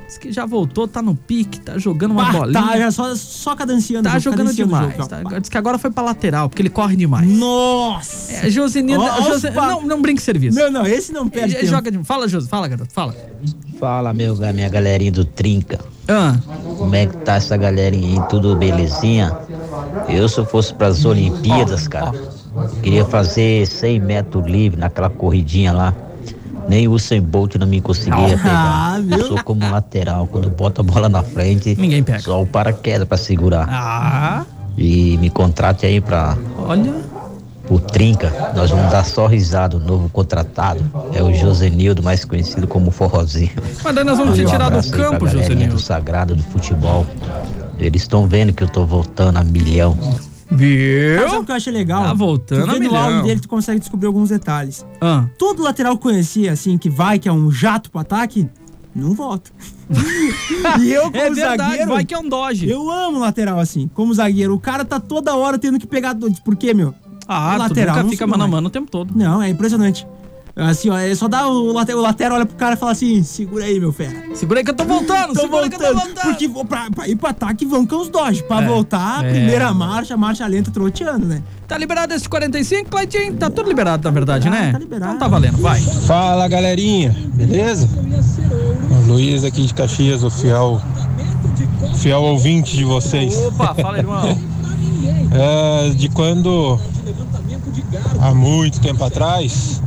Diz que já voltou, tá no pique, tá jogando uma bolinha. Tá, só cadenciando. Tá jogando demais. Diz que agora foi pra lateral, porque ele corre demais. Nossa! Josenildo, não brinque serviço. Não, esse não perde tempo. Joga de... Fala, José, fala, garoto, fala. Fala, minha galerinha do Trinca. Como é que tá essa galerinha aí? Tudo belezinha? Eu, se eu fosse pras Olimpíadas, cara, queria fazer 100 metros livre naquela corridinha lá. Nem o Usain Bolt não me conseguia pegar. Eu sou como lateral, quando bota a bola na frente, ninguém pega. Só o paraquedas pra segurar. E me contrate aí pra... Olha... O Trinca, nós vamos dar só risada, o novo contratado. É o Josenildo, mais conhecido como Forrozinho. Mas daí nós vamos te tirar do campo, Josenildo. Do sagrado do futebol. Eles estão vendo que eu tô voltando a milhão. Viu? Sabe o que eu achei legal? Tá voltando a milhão. No áudio dele tu consegue descobrir alguns detalhes. Todo lateral conhecia, assim, que é um jato pro ataque, não volta. E eu, como zagueiro... vai que é um Dodge. Eu amo lateral, assim. Como zagueiro, o cara tá toda hora tendo que pegar... Por quê, meu? Lateral tu nunca fica mano a mano o tempo todo. Não, é impressionante. Assim, ó, é só dar o lateral, olha pro cara e fala assim, segura aí, meu fera. Segura aí que eu tô voltando, que eu tô voltando. Porque pra ir pro ataque vão com os Dodge. Pra voltar, primeira marcha lenta, troteando, né? Tá liberado esse 45, Claudinho? Tá tudo liberado, na verdade, né? Tá liberado. Então tá valendo, vai. Fala, galerinha, beleza? O Luiz aqui de Caxias, o fiel ouvinte de vocês. Opa, fala, irmão. De quando... Há muito tempo atrás,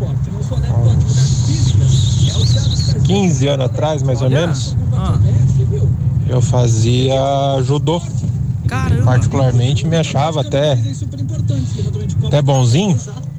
uns 15 anos atrás, mais ou menos, eu fazia judô. Caramba. Particularmente me achava até bonzinho.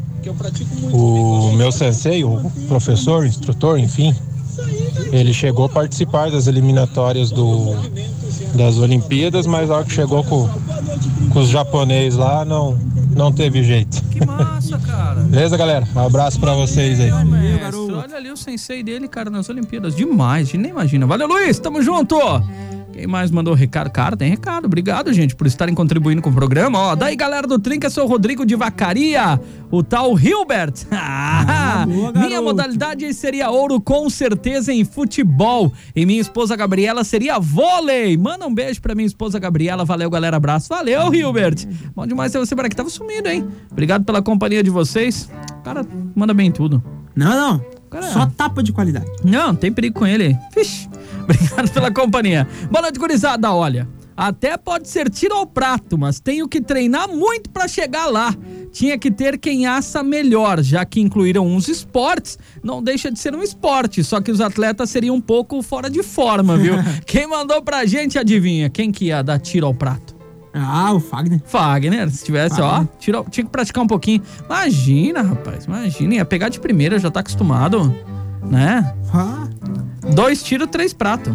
O meu sensei, o professor, o instrutor, enfim, ele chegou a participar das eliminatórias das Olimpíadas, mas na hora que chegou com os japoneses lá, não teve jeito. Que massa, cara. Beleza, galera? Um abraço pra vocês aí. Olha ali o sensei dele, cara, nas Olimpíadas. Demais, a gente nem imagina. Valeu, Luiz, tamo junto. Quem mais mandou recado? Cara, tem recado. Obrigado, gente, por estarem contribuindo com o programa. Ó, daí, galera do Trinca, sou o Rodrigo de Vacaria, o tal Hilbert. Boa, minha modalidade seria ouro, com certeza, em futebol. E minha esposa Gabriela seria vôlei. Manda um beijo pra minha esposa Gabriela. Valeu, galera. Abraço. Valeu, Hilbert. Bom demais ter você por aqui. Tava sumido, hein? Obrigado pela companhia de vocês. Cara, manda bem tudo. Não. Só tapa de qualidade. Não tem perigo com ele. Vixe. Obrigado pela companhia. Boa noite, gurizada. Olha, até pode ser tiro ao prato, mas tenho que treinar muito pra chegar lá. Tinha que ter quem assa melhor, já que incluíram uns esportes. Não deixa de ser um esporte, só que os atletas seriam um pouco fora de forma, viu? Quem mandou pra gente, adivinha? Quem que ia dar tiro ao prato? O Fagner. Fagner, se tivesse, tinha que praticar um pouquinho. Imagina, rapaz, ia pegar de primeira, já tá acostumado, né? 2 tiros, 3 pratos.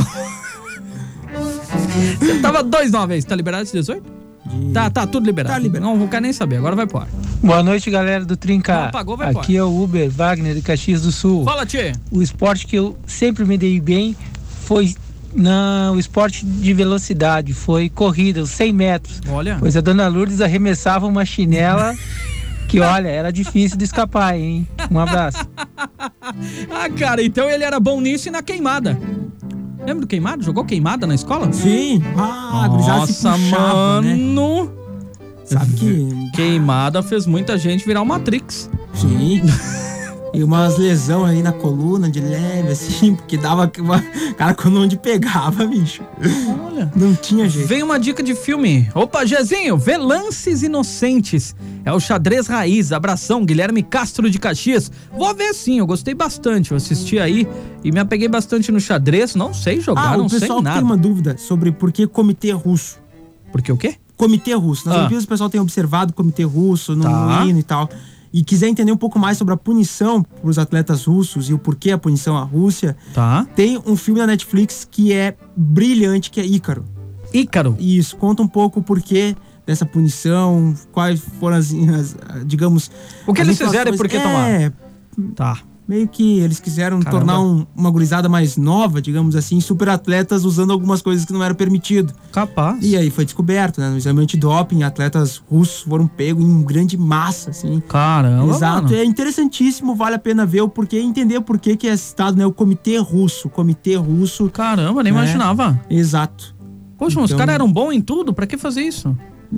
Você tava 2 de uma vez, tá liberado esse 18? Tá tudo liberado. Tá liberado. Não quero nem saber, agora vai pro ar. Boa noite, galera do Trinca. Apagou, vai Aqui é o Uber Wagner de Caxias do Sul. Fala, tchê. O esporte que eu sempre me dei bem foi o esporte de velocidade, foi corrida, os 100 metros. Olha. Pois a dona Lourdes arremessava uma chinela que, olha, era difícil de escapar, hein? Um abraço. Cara, então ele era bom nisso e na queimada. Lembra do queimado? Jogou queimada na escola? Sim. Nossa, mano. Né? Sabe que... Queimada fez muita gente virar o Matrix. Sim. E umas lesões aí na coluna, de leve, assim, porque dava... Cara, quando onde pegava, bicho. Olha. Não tinha jeito. Vem uma dica de filme. Opa, Jezinho, vê Lances Inocentes. É o xadrez raiz. Abração, Guilherme Castro de Caxias. Vou ver sim, eu gostei bastante. Eu assisti aí e me apeguei bastante no xadrez. Não sei jogar, não sei nada. O pessoal tem uma dúvida sobre por que comitê russo. Por que o quê? Comitê russo. Nas Olimpíadas o pessoal tem observado o comitê russo no hino e tal. E quiser entender um pouco mais sobre a punição para os atletas russos e o porquê a punição à Rússia, tem um filme na Netflix que é brilhante, que é Ícaro. Ícaro? Isso, conta um pouco o porquê dessa punição, quais foram as digamos... O que eles fizeram e por que tomaram? Tá. Meio que eles quiseram tornar uma gurizada mais nova, digamos assim, super atletas usando algumas coisas que não era permitido. Capaz. E aí foi descoberto, né? No exame antidoping, atletas russos foram pegos em grande massa, assim. Caramba, exato, mano. É interessantíssimo, vale a pena ver o porquê, entender o porquê que é citado, né? O Comitê Russo. Caramba, nem imaginava. Exato. Poxa, os caras eram bons em tudo, pra que fazer isso?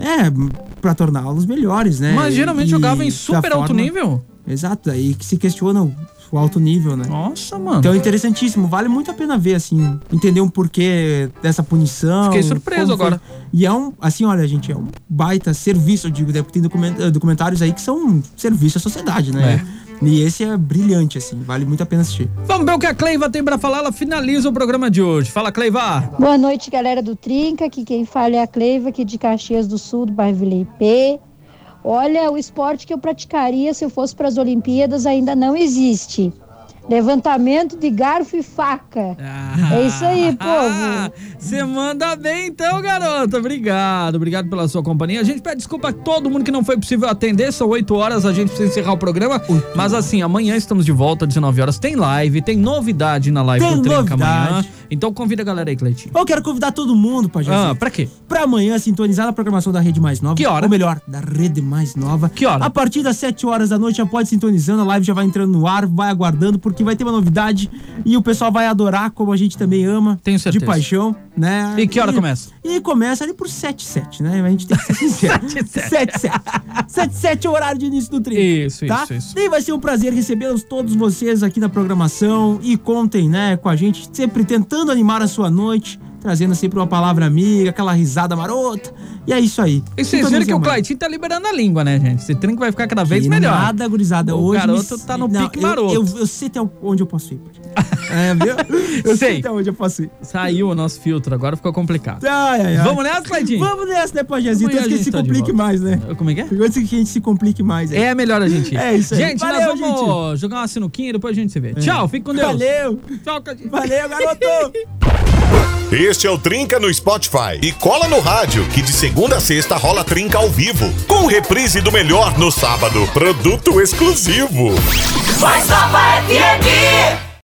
Pra torná-los melhores, né? Mas geralmente jogavam em super alto nível. Exato, aí que se questiona o alto nível, né? Nossa, mano. Então é interessantíssimo, vale muito a pena ver, assim, entender um porquê dessa punição. Fiquei surpreso agora. E é assim, olha, gente, é um baita serviço, eu digo, né? Porque tem documentários aí que são um serviço à sociedade, né? E esse é brilhante, assim, vale muito a pena assistir. Vamos ver o que a Cleiva tem pra falar, ela finaliza o programa de hoje. Fala, Cleiva! Boa noite, galera do Trinca, aqui quem fala é a Cleiva, aqui de Caxias do Sul, do bairro Vila IP. Olha, o esporte que eu praticaria se eu fosse para as Olimpíadas ainda não existe. Levantamento de garfo e faca. É isso aí, povo. Você manda bem então, garota. Obrigado pela sua companhia. A gente pede desculpa a todo mundo que não foi possível atender. São 8 horas, a gente precisa encerrar o programa. Mas assim, amanhã estamos de volta às 19 horas. Tem live, tem novidade na live do Trinca amanhã. Então convida a galera aí, Cleitinho. Eu quero convidar todo mundo, Pajé. Pra quê? Pra amanhã sintonizar na programação da Rede Mais Nova. Que hora? Ou melhor, da Rede Mais Nova. Que hora? A partir das 7 horas da noite já pode sintonizando, a live já vai entrando no ar, vai aguardando, porque vai ter uma novidade e o pessoal vai adorar, como a gente também ama. Tenho certeza. De paixão, né? E que hora começa? E começa ali por 7h07, né? A gente tem que ser sincero. 7h07 é o horário de início do Trinca. Isso. E vai ser um prazer recebê-los todos vocês aqui na programação e contem, né, com a gente, sempre tentando animar a sua noite, trazendo sempre uma palavra amiga, aquela risada marota. E é isso aí. E vocês viram que o Cleitinho tá liberando a língua, né, gente? Esse Trinca vai ficar cada vez melhor. Nada, gurizada. O hoje garoto tá no pique maroto. Eu sei até onde eu posso ir. Viu? Eu sei até onde eu posso ir. Saiu o nosso filtro, agora ficou complicado. Ai. Vamos nessa, Cleitinho? Vamos nessa, né, Pajézinho? Antes que a gente se complique mais, né? Como é que é? Antes que a gente se complique mais. É melhor a gente ir. É isso aí. Gente, nós vamos jogar uma sinuquinha e depois a gente se vê. Tchau, fique com Deus. Valeu. Tchau, Cadinho. Valeu, garoto. Este é o Trinca no Spotify. E cola no rádio, que de segunda a sexta rola Trinca ao vivo. Com reprise do melhor no sábado. Produto exclusivo. Mais Nova FM.